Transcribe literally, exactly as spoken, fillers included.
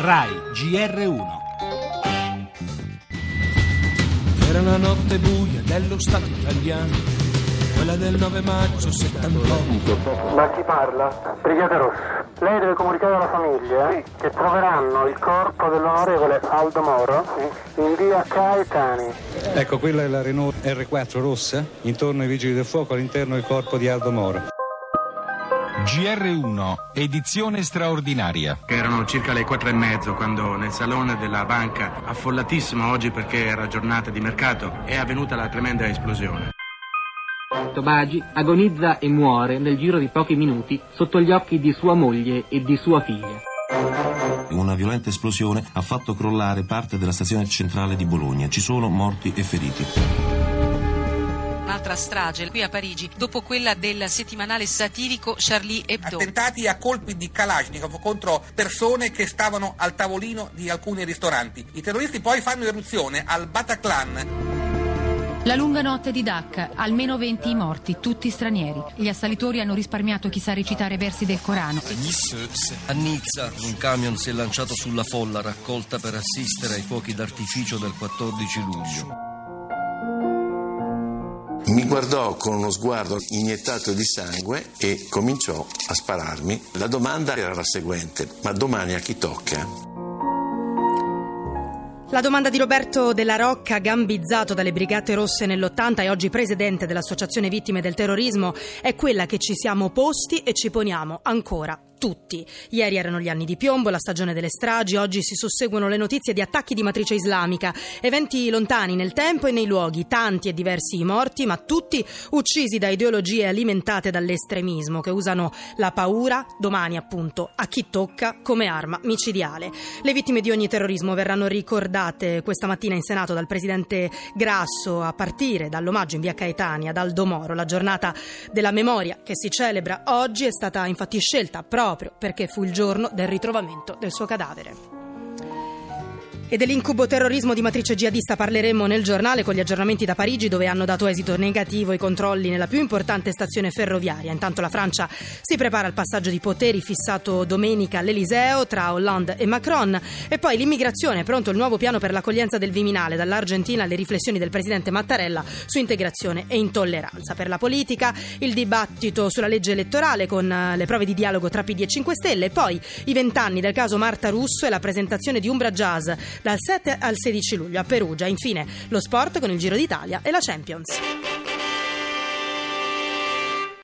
Rai G R uno. Era una notte buia dello Stato italiano, quella del nove maggio settantotto. Ma chi parla? Brigata Rossa. Lei deve comunicare alla famiglia sì. che troveranno il corpo dell'onorevole Aldo Moro sì. in via Caetani. Ecco, quella è la Renault R quattro rossa, intorno ai vigili del fuoco, all'interno il corpo di Aldo Moro. G R uno, edizione straordinaria. Che erano circa le quattro e mezzo quando nel salone della banca, affollatissimo oggi perché era giornata di mercato, è avvenuta la tremenda esplosione. Tobagi agonizza e muore nel giro di pochi minuti sotto gli occhi di sua moglie e di sua figlia. Una violenta esplosione ha fatto crollare parte della stazione centrale di Bologna. Ci sono morti e feriti. Un'altra strage qui a Parigi, dopo quella del settimanale satirico Charlie Hebdo. Attentati a colpi di Kalashnikov contro persone che stavano al tavolino di alcuni ristoranti. I terroristi poi fanno irruzione al Bataclan. La lunga notte di Dacca, almeno venti morti, tutti stranieri. Gli assalitori hanno risparmiato chi sa recitare versi del Corano. A Nizza un camion si è lanciato sulla folla raccolta per assistere ai fuochi d'artificio del quattordici luglio. Mi guardò con uno sguardo iniettato di sangue e cominciò a spararmi. La domanda era la seguente: ma domani a chi tocca? La domanda di Roberto Della Rocca, gambizzato dalle Brigate Rosse nell'ottanta e oggi presidente dell'Associazione Vittime del Terrorismo, è quella che ci siamo posti e ci poniamo ancora tutti. Ieri erano gli anni di piombo, la stagione delle stragi, oggi si susseguono le notizie di attacchi di matrice islamica, eventi lontani nel tempo e nei luoghi, tanti e diversi i morti, ma tutti uccisi da ideologie alimentate dall'estremismo che usano la paura, domani appunto, a chi tocca come arma micidiale. Le vittime di ogni terrorismo verranno ricordate questa mattina in Senato dal presidente Grasso, a partire dall'omaggio in via Caetani ad Aldo Moro. La giornata della memoria che si celebra oggi è stata infatti scelta proprio proprio perché fu il giorno del ritrovamento del suo cadavere. E dell'incubo terrorismo di matrice jihadista parleremo nel giornale con gli aggiornamenti da Parigi, dove hanno dato esito negativo i controlli nella più importante stazione ferroviaria. Intanto la Francia si prepara al passaggio di poteri fissato domenica all'Eliseo tra Hollande e Macron. E poi l'immigrazione, pronto il nuovo piano per l'accoglienza del Viminale. Dall'Argentina le riflessioni del presidente Mattarella su integrazione e intolleranza. Per la politica il dibattito sulla legge elettorale con le prove di dialogo tra P D e cinque Stelle. E poi i vent'anni del caso Marta Russo e la presentazione di Umbra Jazz dal sette al sedici luglio a Perugia. Infine lo sport con il Giro d'Italia e la Champions.